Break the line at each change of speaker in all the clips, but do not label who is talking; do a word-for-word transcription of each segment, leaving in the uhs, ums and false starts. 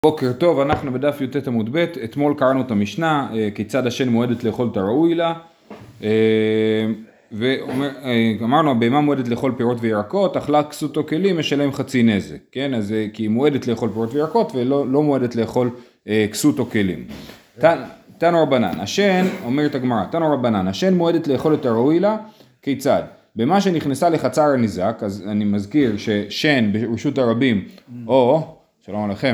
בוקר טוב, אנחנו בדף י"ט עמוד ב', אתמול קראנו את המשנה, כיצד השן מועדת לאכול את הראוי לה, ואמרנו, הבהמה מועדת לאכול פירות וירקות, אכלה כסות או כלים, משלם חצי נזק, כן? אז כי היא מועדת לאכול פירות וירקות, ולא לא מועדת לאכול כסות או כלים. תנו רבנן, השן, אומרת הגמרא, תנו רבנן, השן מועדת לאכול את הראוי לה, כיצד? במה שנכנסה לחצר הניזק, אז אני מזכיר ששן ברשות הרבים, או... שלום עליכם.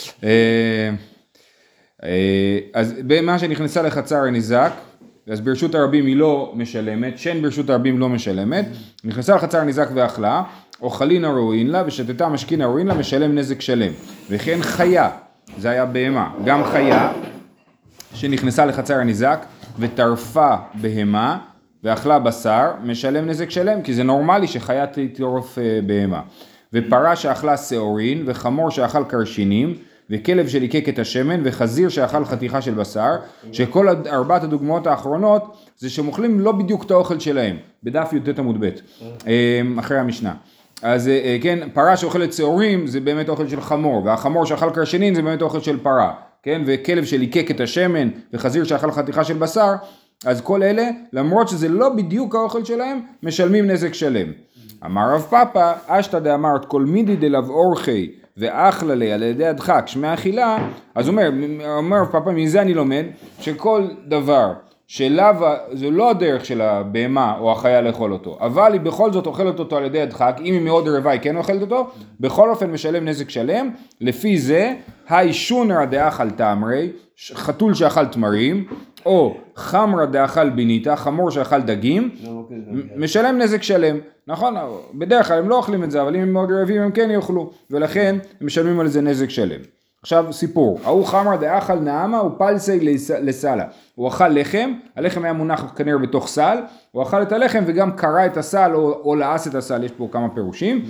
אז במה שנכנסה לחצר הניזק, אז ברשות הרבים היא לא משלמת, שן ברשות הרבים לא משלמת, נכנסה לחצר הניזק ואכלה, אוכלין הראוין לה ושתתה משכין הראוין לה, משלם נזק שלם. וכן חיה, זה היה בהמה, גם חיה שנכנסה לחצר הניזק וטרפה בהמה ואכלה בשר, משלם נזק שלם, כי זה נורמלי שחיה תטרוף בהמה. ופרה שאכלה שעורין, וחמור שאכל קרשינים, וכלב שליקק את השמן, וחזיר שאכל חתיכה של בשר, שכל ארבעת הדוגמאות האחרונות, זה שמאכלים לא בדיוק את האוכל שלהם, בדף י"ט עמוד ב', אחרי המשנה. אז כן, פרה שאוכלת שעורים, זה באמת אוכל של חמור, והחמור שאכל קרשינים, זה באמת אוכל של פרה, כן, וכלב שליקק את השמן, וחזיר שאכל חתיכה של בשר, אז כל אלה, למרות שזה לא בדיוק האוכל שלהם, משלמים נזק שלם. אמר רב פאפא, אשתא דאמרת כל מידי דלאו אורחי ואכלה לי על ידי הדחק שמי אכילה, אז אומר, אומר רב פאפא, מזה אני לומד שכל דבר שלאו, זה לא הדרך של הבהמה או החיה לאכול אותו, אבל היא בכל זאת אוכלת אותו על ידי הדחק, אם היא מאוד רעבה היא כן אוכלת אותו, בכל אופן משלם נזק שלם, לפי זה, היי שונרא דאכל תמרי, חתול שאכל תמרים, או חמרא דאכל ביניתא, חמור שאכל דגים, משלם נזק שלם. נכון, בדרך כלל הם לא אוכלים את זה, אבל אם הם מאוד רעבים הם כן יאכלו, ולכן הם משלמים על זה נזק שלם. עכשיו סיפור, ההוא חמרא דאכל נעמה ופלסי לסלה, הוא אכל לחם, הלחם היה מונח כנראה בתוך סל, הוא אכל את הלחם וגם קרע את הסל או, או לעס את הסל, יש פה כמה פירושים.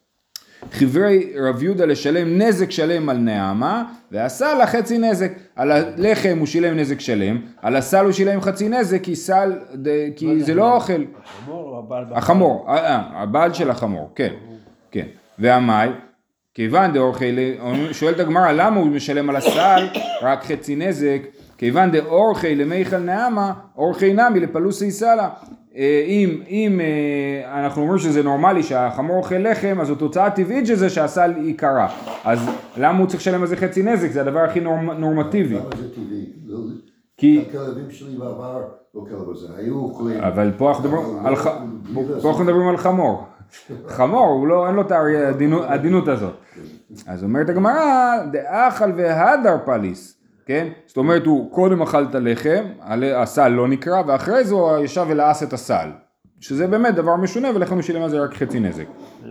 חברי רב יהודה לשלם נזק שלם על נעמה, ועשה לה חצי נזק. על הלחם הוא שילם נזק שלם, על הסל הוא שילם חצי נזק, כי סל, כי זה לא אוכל. החמור או הבעל? החמור, הבעל של החמור, כן, כן. והמאי, כיוון דאורחי, שואלת הגמרא, למה הוא משלם על הסל רק חצי נזק? כיוון דאורחי למיכל נעמה, אורחי נמי לפלוסי סלה. אם, אם אנחנו אומרים שזה נורמלי שהחמור אוכל לחם, אז התוצאה הטבעית של זה שהסל היא קרה. אז למה הוא צריך לשלם על זה חצי נזק? זה הדבר הכי נורמ, נורמטיבי.
למה זה טבעי?
כי...
הכלבים שלי בעבר לא כלב הזה, היו אוכלים.
אבל פה אנחנו מדברים על, ח... פה אנחנו מדברים על חמור. חמור, הוא לא, אין לו את העדינות הזאת. אז אומרת הגמרא, דאכל והדר פליס. כן? זאת אומרת, הוא קודם אכל את הלחם, הסל לא נקרא, ואחרי זה הוא ישב ולעס את הסל. שזה באמת דבר משונה, ולכן הוא שילם על זה רק חצי נזק.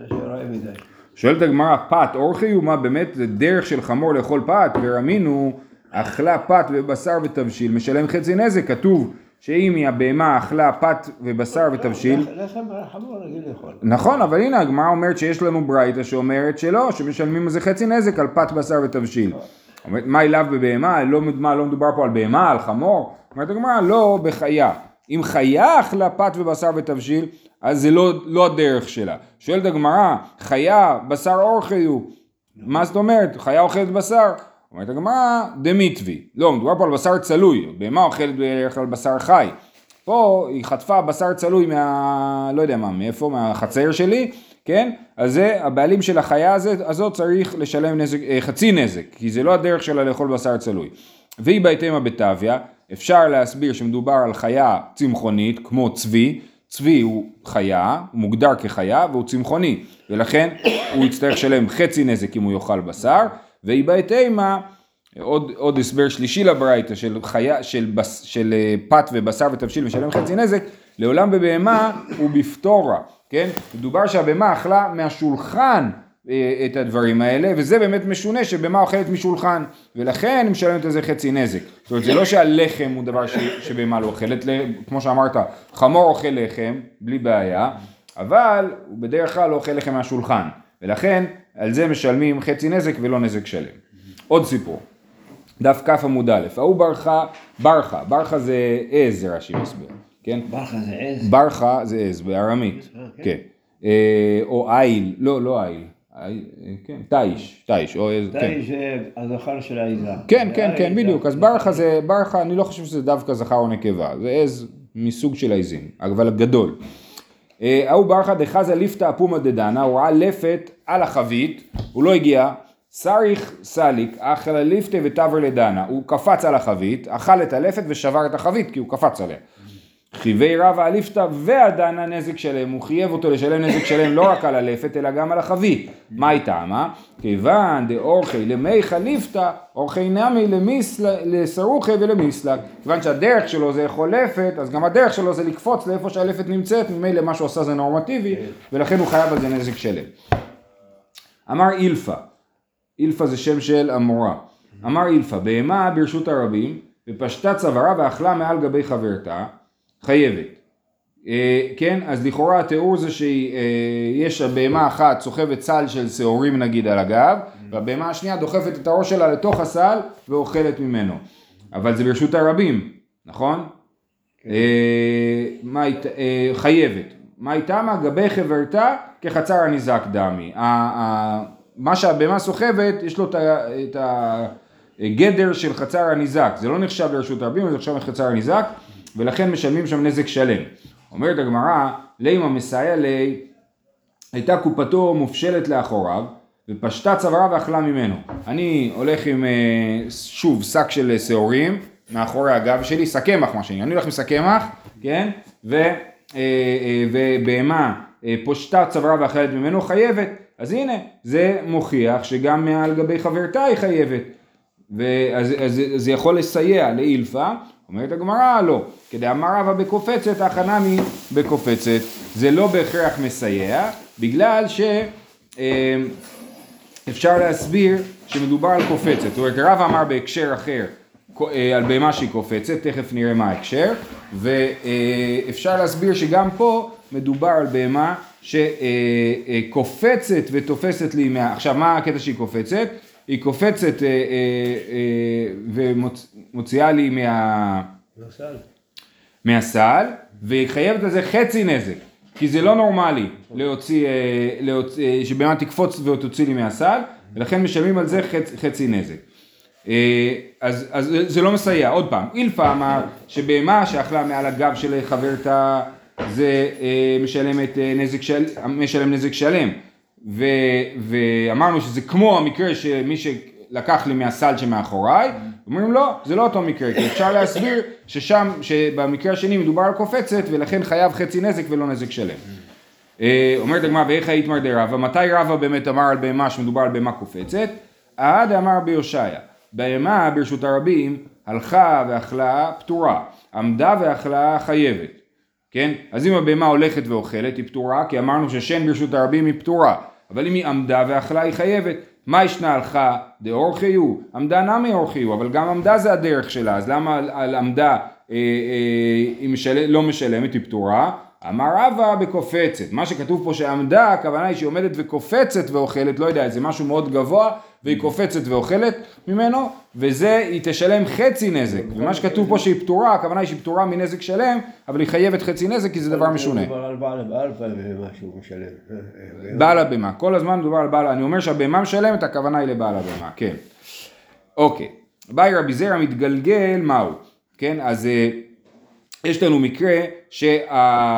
שואלת הגמרא, פת אורחי הוא מה באמת? זה דרך של חמור לאכול פת, ורמינו, אכלה פת ובשר ותבשיל, משלם חצי נזק, כתוב שאם היא הבהמה אכלה פת ובשר ותבשיל.
לחם חמור רגיל לאכול.
נכון, אבל הנה הגמרא אומרת שיש לנו ברייתא שאומרת שלא, שמשלמים על זה חצי נזק על פת בשר ותבשיל. מה אליו בבהמה? לא, מה, לא מדובר פה על בהמה, על חמור? אומרת הגמרא, לא בחיה. אם חיה אכלה פת ובשר ותבשיל, אז זה לא, לא הדרך שלה. שואלת הגמרא, חיה, בשר אורחי הוא. מה זאת אומרת? חיה אוכלת בשר. אומרת הגמרא, דמיטבי. לא, מדובר פה על בשר צלוי. בהמה אוכלת בערך על בשר חי. פה היא חטפה בשר צלוי מה... לא יודע מה, מאיפה? מהחצר שלי. כן? אז זה, הבעלים של החיה הזאת, הזאת צריך לשלם נזק, חצי נזק, כי זה לא הדרך שלה לאכול בשר צלוי. והיא בהתאמה בטביה, אפשר להסביר שמדובר על חיה צמחונית, כמו צבי, צבי הוא חיה, הוא מוגדר כחיה, והוא צמחוני, ולכן הוא יצטרך לשלם חצי נזק אם הוא יאכל בשר, והיא בהתאמה, עוד, עוד הסבר שלישי לברייתא של חיה, של, בס, של פת ובשר ותבשיל משלם חצי נזק, לעולם בבהמה הוא בפטורה. כן? מדובר שהבהמה אכלה מהשולחן אה, את הדברים האלה, וזה באמת משונה שבהמה אוכלת משולחן, ולכן היא משלמת על זה חצי נזק. זאת אומרת, זה לא שהלחם הוא דבר ש, שבהמה לא אוכלת, כמו שאמרת, חמור אוכל לחם, בלי בעיה, אבל הוא בדרך כלל לא אוכל לחם מהשולחן, ולכן על זה משלמים חצי נזק ולא נזק שלם. עוד סיפור, דף כף עמוד א', ההוא ברכה, ברכה, ברכה זה עז, זה רש"י מסביר. כן?
ברכה זה עז?
ברכה זה עז, בארמית, כן. או איל, לא, לא איל, כן, תאיש, תאיש, או איזה, כן.
תאיש זה הזכר של העיזה.
כן, כן, כן, בדיוק, אז ברחה זה, ברחה, אני לא חושב שזה דווקא זכר או נקבה, זה עז מסוג של העיזים, אבל הגדול. ההוא ברחה דחזה ליפתא אפומא דדנה, הוא ראה לפת על החבית, הוא לא הגיע, סריך סליק, אכל ליפתא ותבר לדנה, הוא קפץ על החבית, אכל את הלפת ושבר את החבית, כי הוא קפץ עליה. חיווי רב הליפתא והדנה נזק שלם, הוא חייב אותו לשלם נזק שלם לא רק על הלפת אלא גם על החבית. מה הייתה? מה? כיוון דאורחי למיך ליפתא, אורחי נמי לסרוחי ולמיסלק. כיוון שהדרך שלו זה לאכול לפת, אז גם הדרך שלו זה לקפוץ לאיפה שהלפת נמצאת, ממילא מה שהוא עושה זה נורמטיבי, ולכן הוא חייב על זה נזק שלם. אמר אילפה, אילפה זה שם של אמורה. אמר אילפה, בהמה ברשות הרבים, ופשטה צווארה ואכלה מעל גבי חברתה, חייבת. כן, אז לכאורה התיאור זה שיש הבהמה אחת סוחבת סל של שעורים נגיד על הגב, והבהמה השנייה דוחפת את הראש שלה לתוך הסל ואוכלת ממנו. אבל זה ברשות הרבים, נכון? מה חייבת. מה הייתה? מה? גבי חברתה כחצר הניזק דמי. מה שהבהמה סוחבת יש לו את הגדר של חצר הניזק. זה לא נחשב לרשות הרבים, זה נחשב לחצר הניזק. ולכן משלמים שם נזק שלם. אומרת הגמרא, לימה מסייע לי, הייתה קופתו מופשלת לאחוריו, ופשטה צווארה ואכלה ממנו. אני הולך עם, שוב, שק של שעורים, מאחורי הגב שלי, סקמח מה שאני, אני הולך עם סקמח, כן? ו, ובהמה פושטה צווארה ואכלת ממנו חייבת. אז הנה, זה מוכיח שגם מעל גבי חברתה היא חייבת. ואז, אז, זה יכול לסייע לאילפה, אומרת הגמרא, לא. כדי אמר רבא בקופצת, החנמי בקופצת. זה לא בהכרח מסייע, בגלל שאפשר להסביר שמדובר על קופצת. זאת אומרת, רבא אמר בהקשר אחר, על בהמה שהיא קופצת, תכף נראה מה ההקשר, ואפשר להסביר שגם פה מדובר על בהמה שקופצת ותופסת לי מה... עכשיו, מה הקטע שהיא קופצת? היא קופצת ומוציאה לי מה... מהסל, והיא חייבת לזה חצי נזק, כי זה לא נורמלי להוציא, להוציא, שבהמה תקפוץ ותוציא לי מהסל, ולכן משלמים על זה חצי, חצי נזק. אז, אז זה לא מסייע. עוד פעם, אילפה אמר שבהמה שאכלה מעל הגב של חברתה, זה משלמת נזק של, משלם נזק שלם. ו, ואמרנו שזה כמו המקרה שמי שלקח לי מהסל שמאחוריי, אומרים לא, זה לא אותו מקרה, כי אפשר להסביר ששם, שבמקרה השני מדובר על קופצת, ולכן חייב חצי נזק ולא נזק שלם. אומרת הגמרא, ואיך היית מר דרבא, מתי רבא באמת אמר על בהמה שמדובר על בהמה קופצת? העד אמר ביושעיה, בהמה ברשות הרבים הלכה ואכלה פטורה, עמדה ואכלה חייבת. כן? אז אם הבהמה הולכת ואוכלת היא פטורה, כי אמרנו ששן ברשות הרבים היא פטורה, אבל אם היא עמדה ואכלה היא חייבת. מה ישנה הלכה? דאורחי הוא, עמדה נמי אורחי הוא, אבל גם עמדה זה הדרך שלה, אז למה על, על עמדה אה, אה, היא משל... לא משלמת, היא פטורה? אמר רבא בקופצת, מה שכתוב פה שעמדה, הכוונה היא שהיא עומדת וקופצת ואוכלת, לא יודע, זה משהו מאוד גבוה, והיא קופצת ואוכלת ממנו, וזה היא תשלם חצי נזק, ומה שכתוב פה שהיא פטורה, הכוונה היא שהיא פטורה מנזק שלם, אבל היא חייבת חצי נזק כי זה דבר משונה.
מדובר על בעל הבהמה שהוא משלם.
בעל הבהמה, כל הזמן מדובר על בעל, אני אומר שהבהמה משלמת, הכוונה היא לבעל הבהמה, כן. אוקיי, באי רבי זרע מתגלגל מהו, כן, אז יש לנו מקרה שה...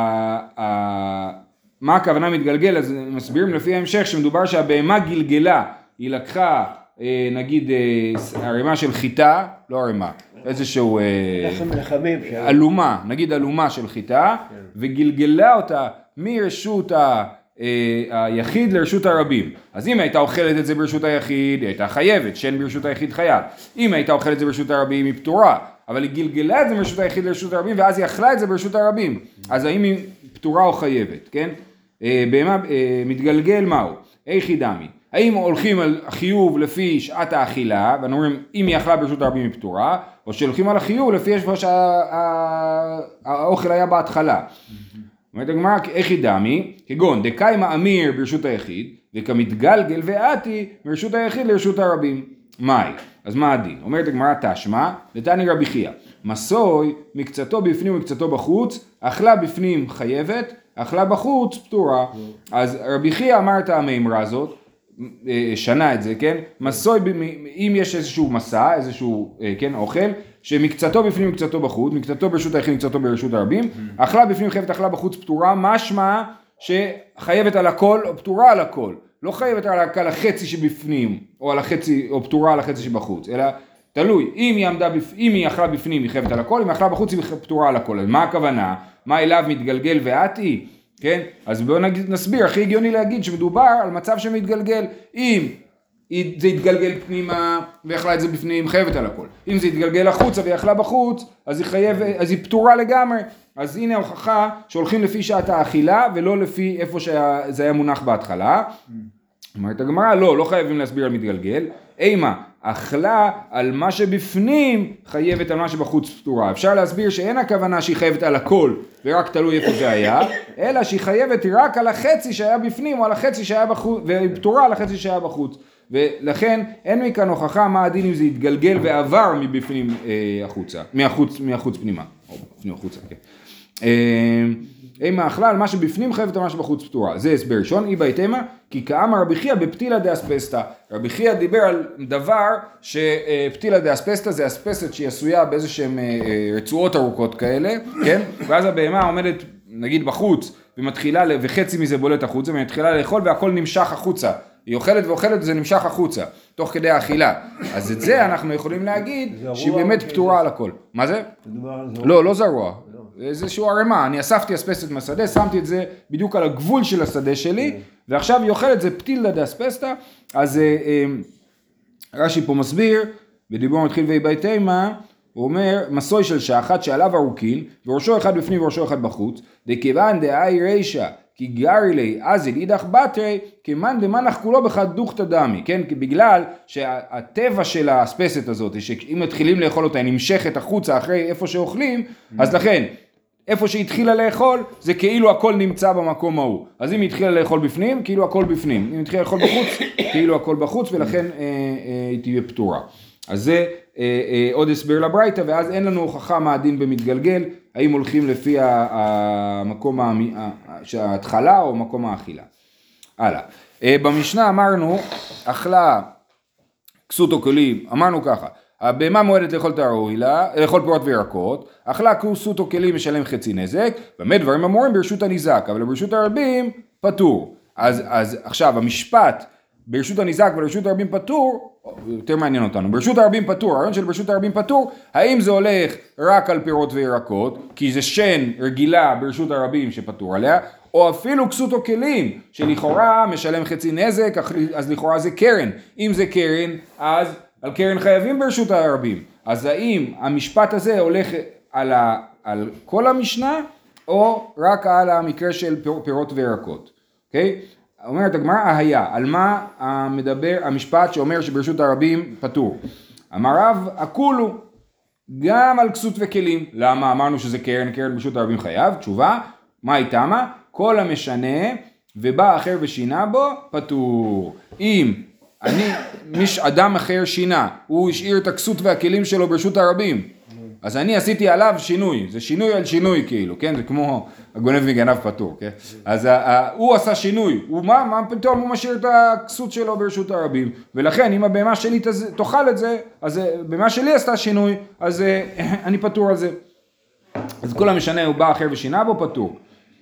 מה הכוונה מתגלגל, אז מסבירים לפי ההמשך שמדובר שהבהמה גלגלה, היא לקחה נגיד ערימה של חיטה, לא ערימה, איזשהו אלומה, נגיד אלומה של חיטה, וגלגלה אותה מרשות היחיד לרשות הרבים. אז אם הייתה אוכלת את זה ברשות היחיד, היא הייתה חייבת, שן ברשות היחיד חייב. אם הייתה אוכלת את זה ברשות הרבים, היא פטורה, אבל היא גלגלה את זה מרשות היחיד לרשות הרבים, ואז היא אכלה את זה ברשות הרבים. אז האם היא פטורה או חייבת, כן? בהמה מתגלגל מהו? איך ידמי? האם הולכים על החיוב לפי שעת האכילה, ואנו אומרים אם היא אכלה ברשות הרבים היא פטורה, או שהולכים על החיוב לפי איפה שהאוכל היה בהתחלה. אומרת הגמרא, איך ידמי? כגון דקאי מאמיר ברשות היחיד, וכמתגלגל ואתי מרשות היחיד לרשות הרבים. מאי? אז מה הדין? אומרת הגמרא תשמע, ותני רבי חייא, מסוי מקצתו בפנים ומקצתו בחוץ, אכלה בפנים חייבת, אכלה בחוץ פטורה. אז רבי חייא אמר את המימרה הזאת, שנה את זה, כן? מסוי, אם יש איזשהו מסע, איזשהו, כן, אוכל, שמקצתו בפנים מקצתו בחוץ, מקצתו ברשות היחיד, מקצתו ברשות הרבים, אכלה בפנים חייבת אכלה בחוץ פטורה, משמע שחייבת על הכל או פטורה על הכל, לא חייבת רק על החצי שבפנים, או על החצי, או פטורה על החצי שבחוץ, אלא תלוי, אם היא עמדה, אם היא אכלה בפנים היא חייבת על הכל, אם היא אכלה בחוץ היא פטורה על הכל, אז מה הכוונה? מה אליו מתגלגל ואת היא? כן? אז בואו נגיד, נסביר, הכי הגיוני להגיד שמדובר על מצב שמתגלגל, אם זה יתגלגל פנימה ויכלה את זה בפנים, חייבת על הכל. אם זה יתגלגל החוצה ויכלה בחוץ, אז היא חייבת, אז היא פטורה לגמרי. אז הנה ההוכחה שהולכים לפי שעת האכילה ולא לפי איפה שזה היה מונח בהתחלה. אומרת הגמרא, לא, לא חייבים להסביר על מתגלגל. אימה, אכלה על מה שבפנים חייבת על מה שבחוץ פטורה. אפשר להסביר שאין הכוונה שהיא חייבת על הכל ורק תלוי איפה זה היה, אלא שהיא חייבת רק על החצי שהיה בפנים או על החצי שהיה בחוץ, והיא פטורה על החצי שהיה בחוץ. ולכן אין מכאן הוכחה מה הדין אם זה יתגלגל ועבר מבפנים אה, החוצה, מהחוץ, מהחוץ פנימה, או בפנים החוצה, כן. אימה אכלה על מה שבפנים חייבת על מה שבחוץ פטורה. זה הסבר ראשון, אי בהתאמה, כי כאמר רבי חייא בפתילה דאספסתא. רבי חייא דיבר על דבר שפתילה דאספסתא זה אספסת שהיא עשויה באיזה שהם רצועות ארוכות כאלה, כן? ואז הבהמה עומדת נגיד בחוץ ומתחילה, וחצי מזה בולט החוצה, ומתחילה לאכול והכל נמשך החוצה. היא אוכלת ואוכלת וזה נמשך החוצה, תוך כדי האכילה. אז את זה אנחנו יכולים להגיד שהיא באמת פטורה על הכל. מה זה? לא, לא זרוע. איזשהו הרמה, אני אספתי אספסת מהשדה, שמתי את זה בדיוק על הגבול של השדה שלי, ועכשיו היא אוכלת, זה פתילה דאספסתא, אז רש"י פה מסביר, בדיבור מתחיל ואי בהתאמה, הוא אומר, מסוי של שחת שעליו ארוכין, וראשו אחד בפנים וראשו אחד בחוץ, דכיוון דאי רישא, כי גרי לי אזיל אידך בתרי, כמן דמנח כולו בחד דוכתא דמי, כן? בגלל שהטבע של האספסת הזאת, שאם מתחילים לאכול אותה, היא נמשכת החוצה אחרי איפה שאוכלים, אז לכן, איפה שהיא התחילה לאכול, זה כאילו הכל נמצא במקום ההוא. אז אם היא התחילה לאכול בפנים, כאילו הכל בפנים. אם היא התחילה לאכול בחוץ, כאילו הכל בחוץ, ולכן אה, אה, היא תהיה פטורה. אז זה אה, אה, עוד הסבר לברייתא, ואז אין לנו הוכחה מה הדין במתגלגל, האם הולכים לפי המקום ההתחלה או מקום האכילה. הלאה. אה, במשנה אמרנו, אכלה כסות או כלים, אמרנו ככה, הבהמה מועדת לאכול תערוילה, לאכול פירות וירקות, אכלה כסות או כלים משלם חצי נזק, באמת דברים אמורים ברשות הניזק, אבל ברשות הרבים פטור. אז, אז עכשיו המשפט ברשות הניזק וברשות הרבים פטור, יותר מעניין אותנו, ברשות הרבים פטור, הרעיון של ברשות הרבים פטור, האם זה הולך רק על פירות וירקות, כי זה שן רגילה ברשות הרבים שפטור עליה, או אפילו כסות או כלים, שלכאורה משלם חצי נזק, אז לכאורה זה קרן. אם זה קרן, אז על קרן חייבים ברשות הרבים. אז האם המשפט הזה הולך על, ה, על כל המשנה, או רק על המקרה של פירות וירקות? אוקיי? אומרת הגמרא, היה, על מה מדבר המשפט שאומר שברשות הרבים פטור? אמר רב, הכולו, גם על כסות וכלים. למה? אמרנו שזה קרן, קרן ברשות הרבים חייב. תשובה, מה הייתה מה? כל המשנה ובא אחר ושינה בו, פטור. אם אני, מיש אדם אחר שינה, הוא השאיר את הכסות והכלים שלו ברשות הרבים, אז אני עשיתי עליו שינוי, זה שינוי על שינוי כאילו, כן? זה כמו הגונב מגנב פטור, כן? אז ה- ה- הוא עשה שינוי, הוא, מה, מה פתאום הוא משאיר את הכסות שלו ברשות הרבים, ולכן אם הבהמה שלי תז... תאכל את זה, אז בהמה שלי עשתה שינוי, אז אני פטור על זה. אז כל המשנה הוא בא אחר ושינה בו, פטור.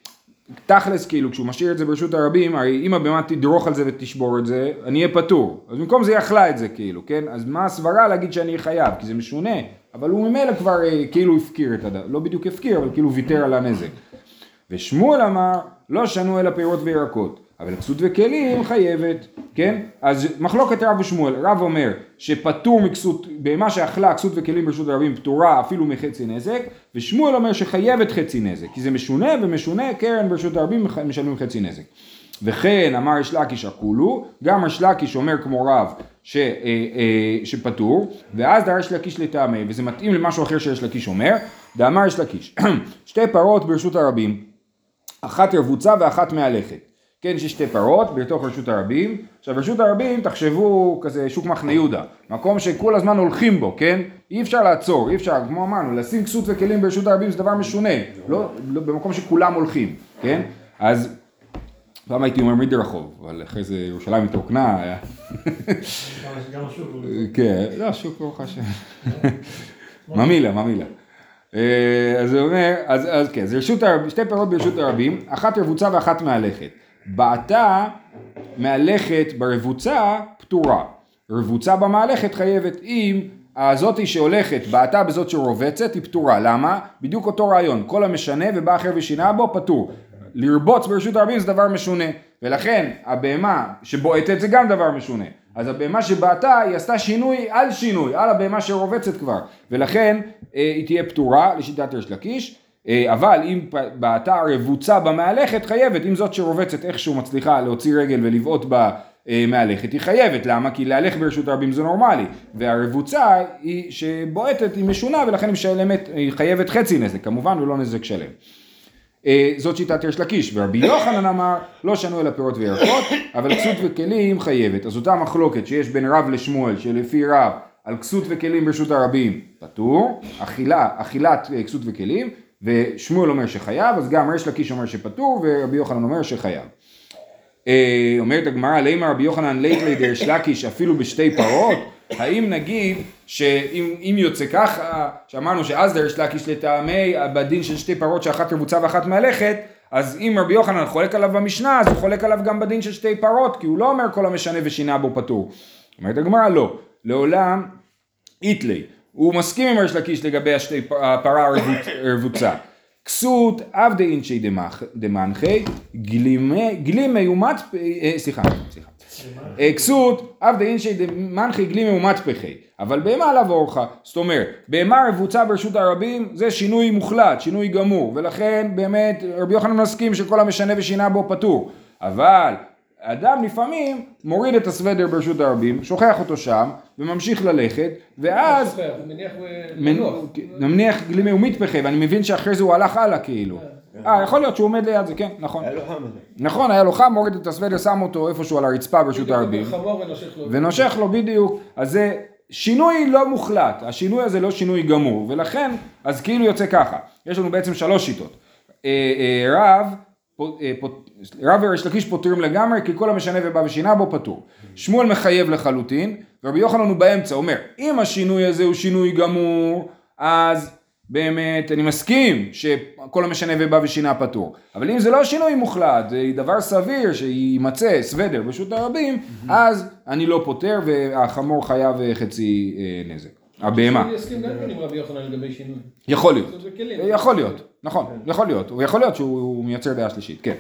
תכלס כאילו, כשהוא משאיר את זה ברשות הרבים, הרי אם הבהמה תדרוך על זה ותשבור את זה, אני אהיה פטור. אז במקום זה יאכלה את זה כאילו, כן? אז מה הסברה להגיד שאני אהיה חייב? כי זה משונה, אבל הוא ממילא כבר אה, כאילו הפקיר את הדבר, לא בדיוק הפקיר, אבל כאילו ויתר על הנזק. ושמואל אמר, לא שנו אלא פירות וירקות, אבל כסות וכלים חייבת, כן? אז מחלוקת רב ושמואל, רב אומר שפטור מכסות, בהמה שאכלה כסות וכלים ברשות הרבים פטורה אפילו מחצי נזק, ושמואל אומר שחייבת חצי נזק, כי זה משונה ומשונה, קרן ברשות הרבים משלמים חצי נזק. וכן אמר יש לקיש הכולו, גם יש לקיש אומר כמו רב ש, אה, אה, שפטור, ואז דרש לקיש לטעמי, וזה מתאים למשהו אחר שיש לקיש אומר, דאמר יש לקיש, שתי פרות ברשות הרבים, אחת רבוצה ואחת מהלכת. כן, יש שתי פרות בתוך רשות הרבים. עכשיו, רשות הרבים, תחשבו כזה שוק מחנה יהודה, מקום שכל הזמן הולכים בו, כן? אי אפשר לעצור, אי אפשר, כמו אמרנו, לשים כסות וכלים ברשות הרבים זה דבר משונה, לא, לא, במקום שכולם הולכים, כן? אז פעם הייתי אומר מדרחוב, אבל אחרי זה ירושלים התרוקנה, היה...
גם השוק.
כן, לא, השוק לא חשב. ממילה, ממילה. אז הוא אומר, אז, אז כן, זה רשות הרבים, שתי פירות ברשות הרבים, אחת רבוצה ואחת מהלכת. בעתה מהלכת ברבוצה פטורה, רבוצה במהלכת חייבת. אם הזאתי שהולכת בעתה בזאת שרובצת היא פטורה, למה? בדיוק אותו רעיון, כל המשנה ובא אחר ושינה בו פטור. לרבוץ ברשות הרבים זה דבר משונה, ולכן הבהמה שבועטת זה גם דבר משונה. אז הבהמה שבעתה היא עשתה שינוי על שינוי, על הבהמה שרובצת כבר, ולכן אה, היא תהיה פטורה לשיטת ריש לקיש, אה, אבל אם בעתה רבוצה במהלכת חייבת, אם זאת שרובצת איכשהו מצליחה להוציא רגל ולבעוט במהלכת, היא חייבת, למה? כי להלך ברשות הרבים זה נורמלי, והרבוצה היא שבועטת היא משונה, ולכן היא משלמת, היא חייבת חצי נזק, כמובן, ולא נזק שלם. זאת שיטת ריש לקיש, ורבי יוחנן אמר לא שנו אלא פירות וירקות, אבל כסות וכלים חייבת. אז אותה מחלוקת שיש בין רב לשמואל, שלפי רב על כסות וכלים ברשות הרבים פטור, אכילה, אכילת כסות וכלים, ושמואל אומר שחייב, אז גם ריש לקיש אומר שפטור, ורבי יוחנן אומר שחייב. אומרת הגמרא, למה רבי יוחנן לית לי דריש לקיש אפילו בשתי פרות? האם נגיד שאם יוצא ככה, שאמרנו שאז דריש לקיש לטעמי בדין של שתי פרות שאחת רבוצה ואחת מהלכת, אז אם רבי יוחנן חולק עליו במשנה, אז הוא חולק עליו גם בדין של שתי פרות, כי הוא לא אומר כל המשנה ושינה בו פטור. אומרת הגמרא, לא, לעולם איתלי, הוא מסכים עם ריש לקיש לגבי השתי הפרה הרבוצה. כסות אב דאינשי דמנחי, גלימי ומת, סליחה, סליחה. כסות אב דאינשי דמנחי גלימי ומת פחי, אבל בהמה עליו אורחה, זאת אומרת, בהמה רבוצה ברשות הרבים זה שינוי מוחלט, שינוי גמור, ולכן באמת רבי יוחנן מסכים שכל המשנה ושינה בו פטור, אבל אדם לפעמים מוריד את הסוודר ברשות הרבים, שוכח אותו שם וממשיך ללכת, ואז נמניח גלימי ומתפחה, ואני מבין שאחרי זה הוא הלך הלאה כאילו. אה, יכול להיות שהוא עומד ליד זה, כן, נכון.
היה לו חם הזה.
נכון, היה לו חם, מוריד את הסוודר, שם אותו איפשהו על הרצפה ברשות הרבים. ונושך לו בדיוק, אז זה שינוי לא מוחלט, השינוי הזה לא שינוי גמור, ולכן, אז כאילו יוצא ככה, יש לנו בעצם שלוש שיטות. רב, רב וריש לקיש פותרים לגמרי, כי כל המשנה ובא ושינה בו פטור. שמואל מחייב לחלוטין, ורבי יוחנן הוא באמצע, אומר, אם השינוי הזה הוא שינוי גמור, אז באמת אני מסכים שכל המשנה ובא ושינה פטור. אבל אם זה לא שינוי מוחלט, זה דבר סביר שימצא סוודר ברשות הרבים, אז אני לא פותר, והחמור חייב חצי נזק. הבהמה.
אני אסכים גם עם רבי יוחנן לגבי שינוי.
יכול להיות. יכול להיות, נכון, יכול להיות. הוא יכול להיות שהוא מייצר דעה שלישית, כן.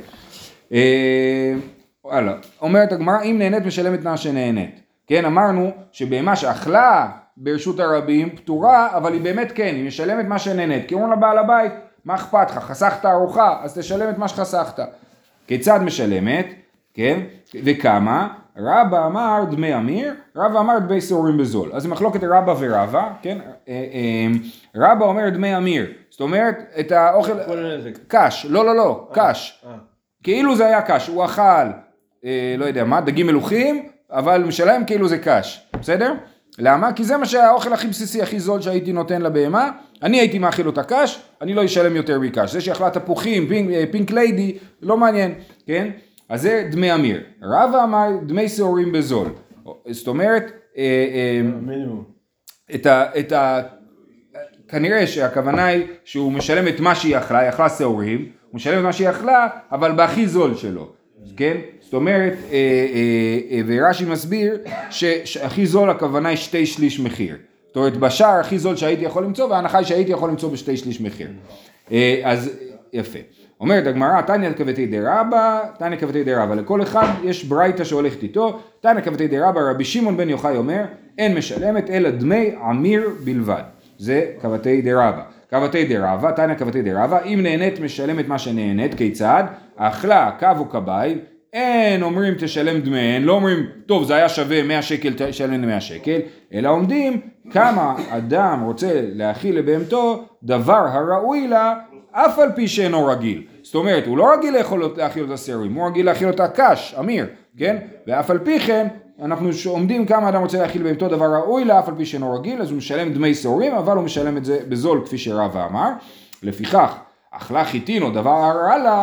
הלאה, אומרת הגמרא, אם נהנית משלמת מה שנהנית. כן, אמרנו שבהמה שאכלה ברשות הרבים פטורה, אבל היא באמת כן, היא משלמת מה שנהנית. כי אומרים לבעל הבית, מה אכפת לך? חסכת ארוחה, אז תשלם את מה שחסכת. כיצד משלמת? כן, וכמה? רבא אמר דמי אמיר, רבא אמר דמי שעורים בזול. אז זה מחלוקת רבא ורבא, כן? רבא אומר דמי אמיר, זאת אומרת את האוכל, קש, לא לא לא, קש. כאילו זה היה קש, הוא אכל, לא יודע מה, דגים מלוכים, אבל משלם כאילו זה קש, בסדר? למה? כי זה מה שהאוכל הכי בסיסי, הכי זול שהייתי נותן לבהמה, אני הייתי מאכיל אותה קש, אני לא אשלם יותר מקש. זה שאכלה תפוחים, פינק, פינק ליידי, לא מעניין, כן? אז זה דמי אמיר. רבא אמר דמי שעורים בזול. זאת אומרת,
מינימום.
את ה, את ה, כנראה שהכוונה היא שהוא משלם את מה שהיא אכלה, היא אכלה שעורים, הוא משלם את מה שהיא אכלה, אבל בהכי זול שלו, כן? זאת אומרת, ורש"י מסביר שהכי זול הכוונה היא שתי שליש מחיר. זאת אומרת, בשער הכי זול שהייתי יכול למצוא, וההנחה היא שהייתי יכול למצוא בשתי שליש מחיר. אז יפה. אומרת הגמרא, תניא כבתי דרבא, תניא כבתי דרבא, לכל אחד יש ברייתא שהולכת איתו, תניא כבתי דרבא, רבי שמעון בן יוחאי אומר, אין משלמת אלא דמי אמיר בלבד. זה כבתי דרבא. כבתי דרבא, תניא כבתי דרבא, אם נהנית משלמת מה שנהנית, כיצד? אכלה, קו או קביים, אין אומרים תשלם דמיהן, לא אומרים, טוב זה היה שווה מאה שקל, תשלם מאה שקל, אלא עומדים כמה אדם רוצה להאכיל לבהמתו, דבר הראוי לה, אף על פי שאינו רגיל. זאת אומרת, הוא לא רגיל לאכול, להאכיל אותה שעורים, הוא רגיל להאכיל אותה קש, אמיר, כן? ואף על פי כן, אנחנו עומדים כמה אדם רוצה להאכיל בהמתו דבר ראוי לה, אף על פי שאינו רגיל, אז הוא משלם דמי שעורים, אבל הוא משלם את זה בזול, כפי שרבא אמר. לפיכך, אכלה חיטין או דבר הרע לה,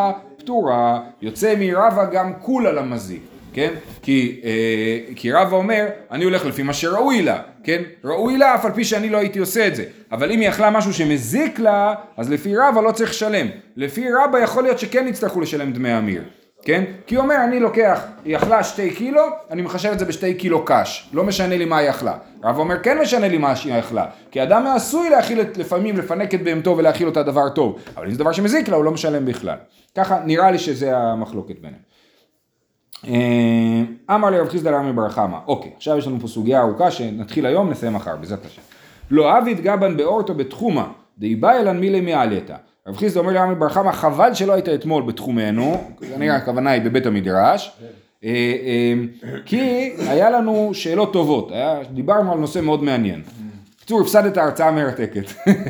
פטורה, יוצא מרבה גם כולה למזיק, כן? כי, אה, כי רבה אומר, אני הולך לפי מה שראוי לה, כן? ראוי לה אף על פי שאני לא הייתי עושה את זה, אבל אם היא אכלה משהו שמזיק לה, אז לפי רבה לא צריך לשלם, לפי רבה יכול להיות שכן יצטרכו לשלם דמי המיר, כן? כי הוא אומר, אני לוקח, היא אכלה שתי קילו, אני מחשב את זה בשתי קילו קש, לא משנה לי מה היא אכלה. רב אומר, כן משנה לי מה היא אכלה, כי אדם עשוי להאכיל את, לפעמים לפנק את בהמתו ולהאכיל אותה דבר טוב, אבל אם זה דבר שמזיק לה, הוא לא משלם בכלל. ככה נראה לי שזה המחלוקת ביניהם. אמר לי רב חיסדא לרמי בר חמא, אוקיי, עכשיו יש לנו פה סוגיה ארוכה שנתחיל היום, נסיים מחר, בעזרת השם. לא אביד גבן באורתו בתחומה, דאיבאי אלן מילי מעלייתא. רב חיסדא אומר לרמי בר חמא, חבל שלא היית אתמול בתחומנו, כנראה הכוונה היא בבית המדרש, כי היה לנו שאלות טובות, דיברנו על נושא מאוד מעניין. בקיצור, הפסדת ההרצאה המרתקת.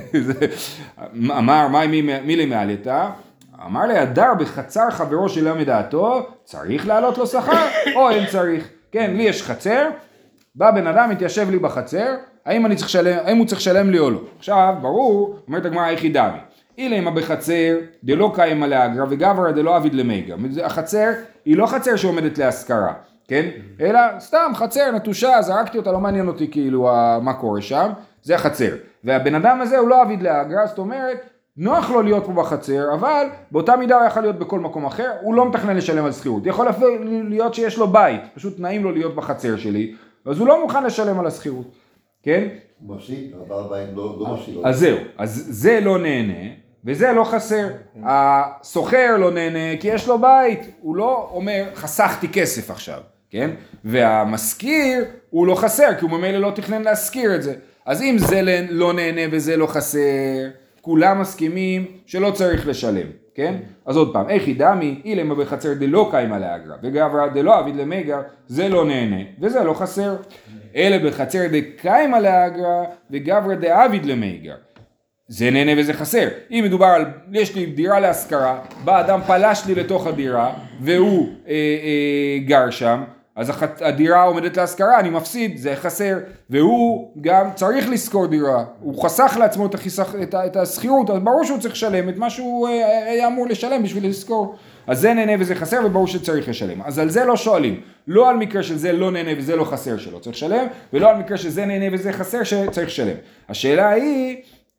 אמר, מה מילי מעלייתא? אמר לי, הדר בחצר חברו שלא מדעתו, צריך לעלות לו שכר או אין צריך. כן, לי יש חצר, בא בן אדם, מתיישב לי בחצר, האם, אני צריך שלם, האם הוא צריך לשלם לי או לא? עכשיו, ברור, אומרת הגמרא היחידה מי. אילה אמא בחצר, דלא קיימא לאגרא וגברא דלא עביד למיגרא. החצר היא לא חצר שעומדת להשכרה, כן? אלא סתם חצר נטושה, זרקתי אותה, לא מעניין אותי כאילו מה קורה שם, זה החצר. והבן אדם הזה הוא לא עביד לאגרא, זאת אומרת, נוח לו להיות פה בחצר, אבל באותה מידה הוא יכול להיות בכל מקום אחר, הוא לא מתכנן לשלם על שכירות. יכול להיות שיש לו בית, פשוט נעים לו להיות בחצר שלי, אז הוא לא מוכן לשלם על השכירות, כן?
מפסיד, הבעל בית לא מפסיד.
אז זהו, אז זה לא נהנה, וזה לא חסר. הסוחר לא נהנה, כי יש לו בית, הוא לא אומר, חסכתי כסף עכשיו, כן? והמשכיר, הוא לא חסר, כי הוא ממילא לא תכנן להשכיר את זה. אז אם זה לא נהנה וזה לא חסר, כולם מסכימים שלא צריך לשלם, כן? אז עוד פעם, איך ידמי, אילמה בחצר דלא קיימא לאגרא, וגברא דלא עביד למיגרא, זה לא נהנה, וזה לא חסר. אלא בחצר דקיימא לאגרא, וגברא דעביד למיגרא, זה נהנה וזה חסר. אם מדובר על, יש לי דירה להשכרה, בא אדם פלש לי לתוך הדירה, והוא אה, אה, גר שם, אז הדירה עומדת להשכרה, אני מפסיד, זה חסר, והוא גם צריך לשכור דירה, הוא חסך לעצמו את, החיסך, את, את השכירות, אז ברור שהוא צריך לשלם את מה שהוא היה אמור לשלם בשביל לשכור, אז זה נהנה וזה חסר, וברור שצריך לשלם, אז על זה לא שואלים, לא על מקרה של זה לא נהנה וזה לא חסר שלא צריך לשלם, ולא על מקרה שזה נהנה וזה חסר שצריך לשלם. השאלה היא,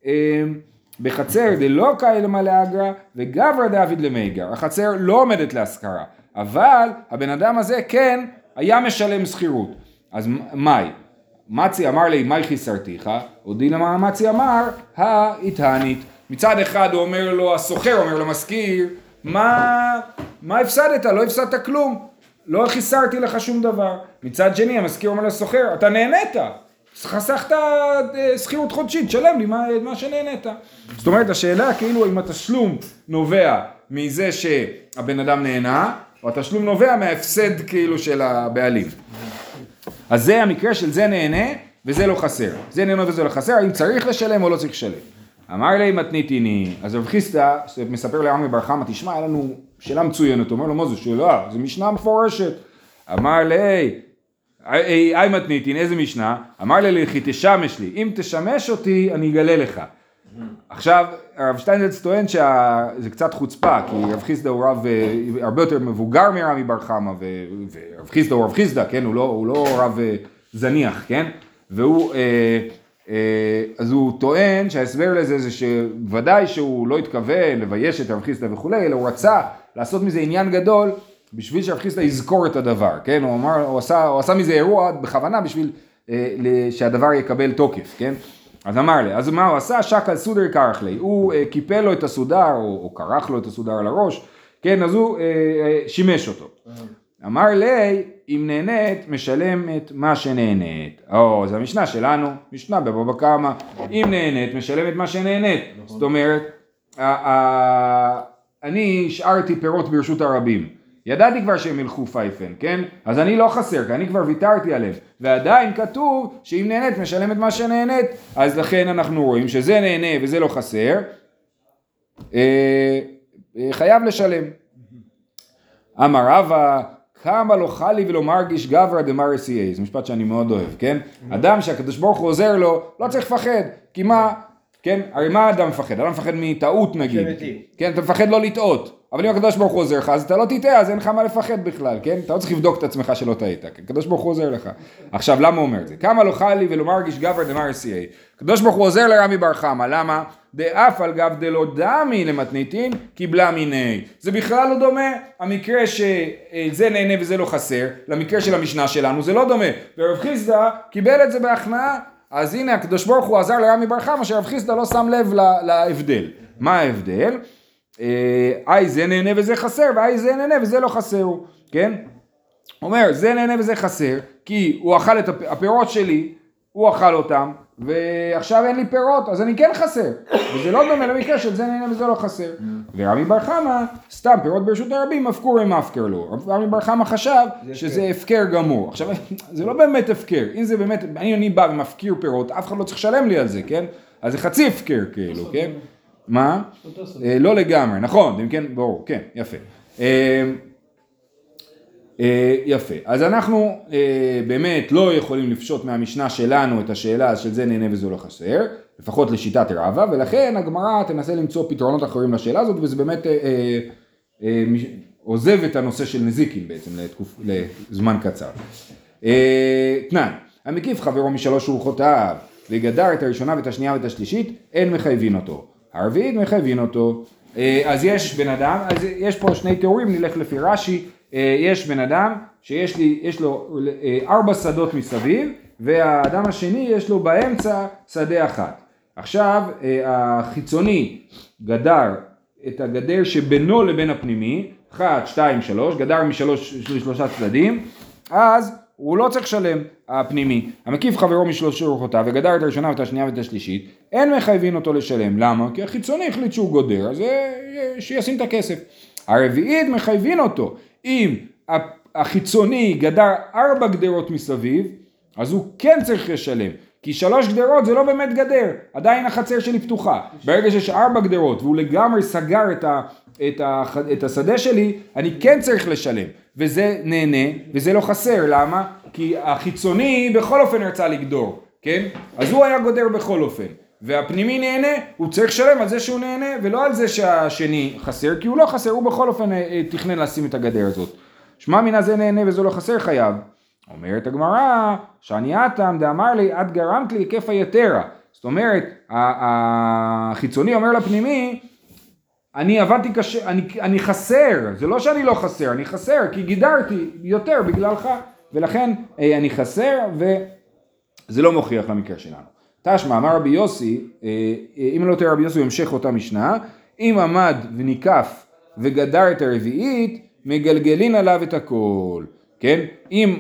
בחצר דלא קיימא לאגרא, וגברא דעביד למיגרא, החצר לא עומדת להשכרה, אבל הבן אדם הזה כן היה משלם שכירות. אז מאי? מצי אמר לי, מאי חיסרתיך? הודיע למה מצי אמר, האיתנית. מצד אחד הוא אומר לו, הסוחר אומר לו, מזכיר, מה, מה הפסדת? לא הפסדת כלום. לא חיסרתי לך שום דבר. מצד שני, המזכיר אומר לסוחר, אתה נהנית. חסכת שכירות חודשית, שלם לי מה, מה שנהנית. זאת אומרת, השאלה כאילו אם התשלום נובע מזה שהבן אדם נהנה, או התשלום נובע מההפסד כאילו של הבעלים. אז זה המקרה של זה נהנה וזה לא חסר. זה נהנה וזה לא חסר, האם צריך לשלם או לא צריך לשלם. אמר לי מתניתיני, אז רב חיסדא מספר לרמי בר חמא, תשמע, היה לנו שאלה מצוינת, אומר לו, מה זה שאלה? זה משנה מפורשת. אמר לי, אי מתניתין, איזה משנה? אמר לי, לכי תשמש לי, אם תשמש אותי, אני אגלה לך. עכשיו, הרב שטיינזלץ טוען שזה קצת חוצפה, כי רב חיסדא הוא רב הרבה יותר מבוגר מרמי בר חמא, ורב חיסדא הוא רב חיסדא, כן? הוא לא, הוא לא רב זניח, כן? והוא, אז הוא טוען שההסבר לזה זה שוודאי שהוא לא התכוון לבייש את רב חיסדא וכולי, אלא הוא רצה לעשות מזה עניין גדול, בשביל שרב חיסדא יזכור את הדבר, כן? הוא אמר, הוא עשה, הוא עשה מזה אירוע בכוונה בשביל שהדבר יקבל תוקף, כן? אז אמר לי, אז מה הוא עשה? שקל סודר קרח לי, הוא אה, קיפל לו את הסודר, או, או קרח לו את הסודר על הראש, כן, אז הוא אה, אה, שימש אותו. אמר לי, אם נהנית, משלמת מה שנהנית. או, זו המשנה שלנו, משנה בבבא קמא, אם נהנית, משלמת מה שנהנית. זאת אומרת, אה, אה, אני השארתי פירות ברשות הרבים. ידעתי כבר שהם ילכו פייפן, כן? אז אני לא חסר, כי אני כבר ויתרתי עליהם. ועדיין כתוב שאם נהנית משלמת מה שנהנית, אז לכן אנחנו רואים שזה נהנה וזה לא חסר, אה, אה, חייב לשלם. אמר רבא, כמה לא חלי ולא מרגיש גברא דמרסייה, זה משפט שאני מאוד אוהב, כן? אדם שהקדוש ברוך הוא עוזר לו, לא צריך לפחד, כי מה, כן? הרי מה אדם מפחד? אדם מפחד מטעות נגיד, כן? אתה מפחד לא לטעות. אבל אם הקדוש ברוך הוא עוזר לך, אז אתה לא תטעה, אז אין לך מה לפחד בכלל, כן? אתה לא צריך לבדוק את עצמך שלא טעית, כי הקדוש ברוך הוא עוזר לך. עכשיו, למה הוא אומר את זה? כמה לא חי לי ולא מרגיש גבר דמר סי. הקדוש ברוך הוא עוזר לרמי בר חמא, למה? דאף על גב דלא דמי למתניתין, קיבלה מיני. זה בכלל לא דומה, המקרה שזה נהנה וזה לא חסר, למקרה של המשנה שלנו, זה לא דומה. ורב חיסדא קיבל את זה בהכנעה, אז הנה הקדוש ברוך הוא עזר לרמי בר חמא, שרב חיסדא לא שם לב להבדל. מה ההבדל? איי זה נהנה וזה חסר, ואיי זה נהנה וזה לא חסר, כן? אומר, זה נהנה וזה חסר, כי הוא אכל את הפירות שלי, הוא אכל אותם, ועכשיו אין לי פירות, אז אני כן חסר. וזה לא דומה למקרה של זה נהנה וזה לא חסר. ורמי בר חמא, סתם פירות ברשות הרבים, מפקור עם מפקר לו. רמי בר חמא חשב שזה הפקר גמור. עכשיו, זה לא באמת הפקר. אם זה באמת, אני, אני בא ומפקיר פירות, אף אחד לא צריך לשלם לי על זה, כן? אז זה חצי הפקר כאילו, כן? מה? לא לגמרי, נכון, אם כן, ברור, כן, יפה. יפה, אז אנחנו באמת לא יכולים לפשוט מהמשנה שלנו את השאלה של זה נהנה וזה לא חסר, לפחות לשיטת רבא, ולכן הגמרא תנסה למצוא פתרונות אחרים לשאלה הזאת, וזה באמת עוזב את הנושא של נזיקין בעצם לזמן קצר. תנן, המקיף חברו משלוש רוחותיו, וגדר את הראשונה ואת השנייה ואת השלישית, אין מחייבין אותו. הרביעית מחייבין אותו. אז יש בן אדם, אז יש פה שני תיאורים, נלך לפי רש"י, יש בן אדם שיש לי, יש לו ארבע שדות מסביב, והאדם השני יש לו באמצע שדה אחת. עכשיו החיצוני גדר את הגדר שבינו לבין הפנימי, אחת, שתיים, שלוש, גדר משלוש, שלושה צדדים, אז הוא לא צריך לשלם הפנימי. המקיף חברו משלוש רוחותיו וגדר את הראשונה ואת השנייה ואת השלישית, אין מחייבים אותו לשלם. למה? כי החיצוני החליט שהוא גודר, אז שישים את הכסף. הרביעית מחייבים אותו. אם החיצוני גדר ארבע גדרות מסביב, אז הוא כן צריך לשלם. כי שלוש גדרות זה לא באמת גדר, עדיין החצר שלי פתוחה. ברגע שיש ארבע גדרות והוא לגמרי סגר את, ה, את, ה, את השדה שלי, אני כן צריך לשלם. וזה נהנה וזה לא חסר, למה? כי החיצוני בכל אופן רצה לגדור, כן? אז הוא היה גודר בכל אופן. והפנימי נהנה, הוא צריך לשלם על זה שהוא נהנה, ולא על זה שהשני חסר, כי הוא לא חסר, הוא בכל אופן תכנן לשים את הגדר הזאת. שמע מינה זה נהנה וזה לא חסר חייב. אומרת הגמרא, שאני אתם דאמר לי, את גרמת לי היקף היתרה. זאת אומרת, החיצוני אומר לפנימי, אני עבדתי קשה, אני, אני חסר, זה לא שאני לא חסר, אני חסר, כי גידרתי יותר בגללך, ולכן אני חסר, וזה לא מוכיח למקרה שלנו. תשמע, אמר רבי יוסי, אם לא תראה רבי יוסי, הוא המשך אותה משנה, אם עמד וניקף וגדר את הרביעית, מגלגלין עליו את הכל, כן? אם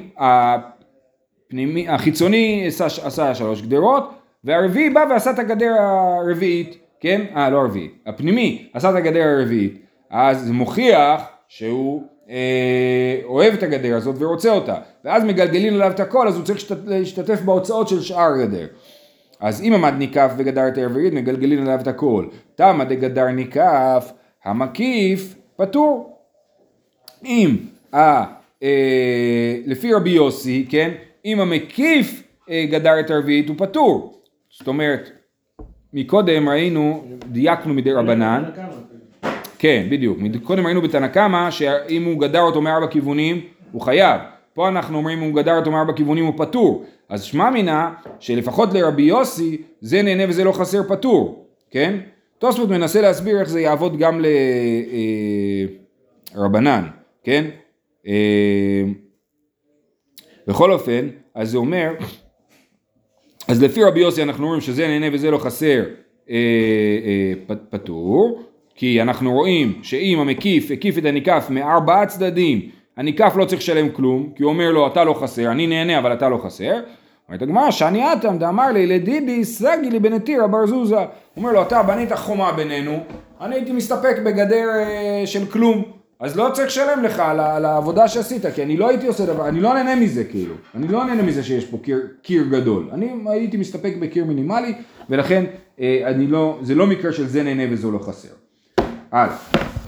הפנימי, החיצוני עשה, עשה שלוש גדרות, והרביעי בא ועשה את הגדר הרביעית, כן? אה, לא הרביעית, הפנימי עשה את הגדר הרביעית, אז זה מוכיח שהוא אה, אוהב את הגדר הזאת ורוצה אותה, ואז מגלגלין עליו את הכל, אז הוא צריך להשתתף בהוצאות של שאר הגדר. אז אם עמד ניקף וגדר את הרביעית, מגלגלין עליו את הכל. תמה דגדר ניקף, המקיף פטור. אם, ה, אה, לפי רבי יוסי, כן, אם המקיף אה, גדר את הרביעית, הוא פטור. זאת אומרת, מקודם ראינו, דייקנו מדי רבנן, כן, בדיוק, קודם ראינו בתנא קמא, שאם הוא גדר אותו מארבע כיוונים, הוא חייב. פה אנחנו אומרים, אם הוא גדר אותו מארבע כיוונים, הוא פטור. אז שמע מינה, שלפחות לרבי יוסי, זה נהנה וזה לא חסר פטור, כן? תוספות מנסה להסביר איך זה יעבוד גם לרבנן, כן? בכל אופן, אז זה אומר, אז לפי רבי יוסי אנחנו אומרים שזה נהנה וזה לא חסר פטור, כי אנחנו רואים שאם המקיף הקיף את הניקף מארבעה צדדים, הניקף לא צריך לשלם כלום, כי הוא אומר לו אתה לא חסר, אני נהנה אבל אתה לא חסר. אומרת הגמרא, שאני אתם דאמר לי לדידי סגי לי בנתירה בר זוזה. הוא אומר לו אתה בנית חומה בינינו, אני הייתי מסתפק בגדר של כלום, אז לא צריך לשלם לך על, על העבודה שעשית, כי אני לא הייתי עושה דבר, אני לא נהנה מזה כאילו, אני לא נהנה מזה שיש פה קיר, קיר גדול, אני הייתי מסתפק בקיר מינימלי, ולכן אני לא, זה לא מקרה של זה נהנה וזו לא חסר. הלאה.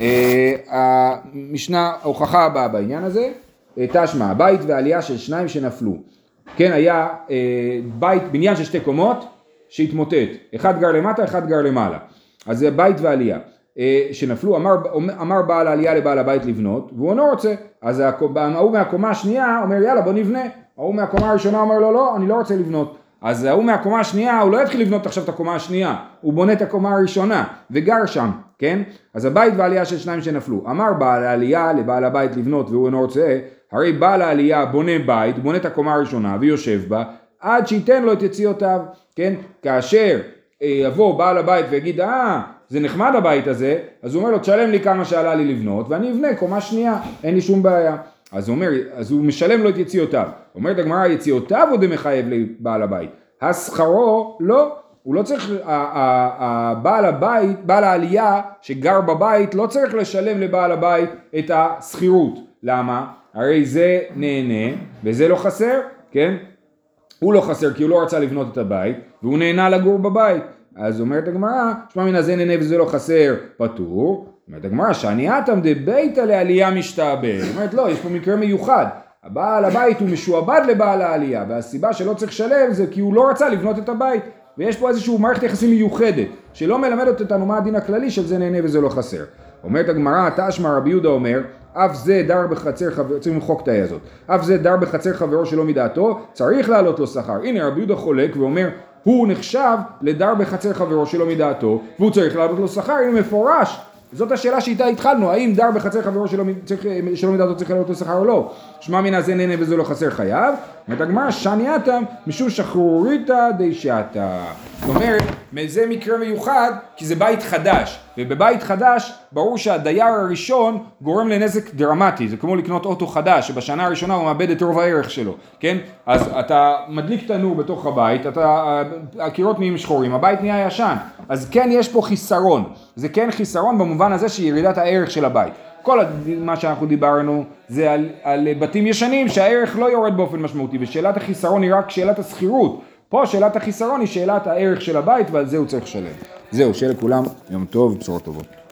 המשנה, ההוכחה הבאה בעניין הזה, תשמע, בית ועלייה של שניים שנפלו. כן, היה בית, בניין של שתי קומות שהתמוטט, אחד גר למטה, אחד גר למעלה. אז זה בית ועלייה. שנפלו, אמר, אמר בעל העלייה לבעל הבית לבנות, והוא אינו רוצה, אז ההוא מהקומה השנייה אומר יאללה בוא נבנה, ההוא מהקומה הראשונה אומר לו לא, אני לא רוצה לבנות, אז ההוא מהקומה השנייה, הוא לא יתחיל לבנות עכשיו את הקומה השנייה, הוא בונה את הקומה הראשונה, וגר שם, כן? אז הבית והעלייה של שניים שנפלו, אמר בעל העלייה לבעל הבית לבנות, והוא אינו רוצה, הרי בעל העלייה בונה בית, בונה את הקומה הראשונה, ויושב בה, עד שייתן לו את יציאותיו, כן? כאשר יבוא בעל הבית ויגיד, אה, זה נחמד הבית הזה, אז הוא אומר לו, תשלם לי כמה שעלה לי לבנות, ואני אבנה קומה שנייה, אין לי שום בעיה. אז הוא אומר, אז הוא משלם לו את יציאותיו. אומרת הגמרא, יציאותיו עוד מחייב לבעל הבית. השכרו, לא, הוא לא צריך, בעל הבית, בעל העלייה שגר בבית, לא צריך לשלם לבעל הבית את השכירות. למה? הרי זה נהנה, וזה לא חסר, כן? הוא לא חסר כי הוא לא רצה לבנות את הבית, והוא נהנה לגור בבית. אז אומרת הגמרא, שמע מן הזה נהנה וזה לא חסר, פטור. אומרת הגמרא, שענייתם דביתא לעלייה משתעבד. אומרת לא, יש פה מקרה מיוחד. הבעל הבית הוא משועבד לבעל העלייה, והסיבה שלא צריך לשלם זה כי הוא לא רצה לבנות את הבית. ויש פה איזושהי מערכת יחסים מיוחדת, שלא מלמדת אותנו מה הדין הכללי של זה נהנה וזה לא חסר. אומרת הגמרא, תשמע רבי יהודה אומר, אף זה דר בחצר חברו, צריכים למחוק את הזאת, אף זה דר בחצר חברו שלא מדעתו, צריך לעלות לו שכר. הנה רבי יהודה חולק ואומר, הוא נחשב לדר בחצר חברו שלא מדעתו, והוא צריך לעלות לו שכר, הנה מפורש. זאת השאלה שאיתה התחלנו, האם דר בחצר חברו שלא, צריך, שלא מדעתו צריך לעלות לו שכר או לא. שמע מן הזה נהנה וזה לא חסר חייב. אומרת הגמרא, שענייתם משום שחרוריתא דשעתא. זאת אומרת, זה מקרה מיוחד כי זה בית חדש, ובבית חדש ברור שהדייר הראשון גורם לנזק דרמטי, זה כמו לקנות אוטו חדש שבשנה הראשונה הוא מאבד את רוב הערך שלו, כן? אז אתה מדליק תנור בתוך הבית, אתה, הקירות נהיים שחורים, הבית נהיה ישן, אז כן יש פה חיסרון, זה כן חיסרון במובן הזה שירידת הערך של הבית. כל מה שאנחנו דיברנו זה על, על בתים ישנים שהערך לא יורד באופן משמעותי, ושאלת החיסרון היא רק שאלת הסחירות. פה שאלת החיסרון היא שאלת הערך של הבית, ועל זה הוא צריך לשלם. זהו, שיהיה לכולם יום טוב ובשורות טובות.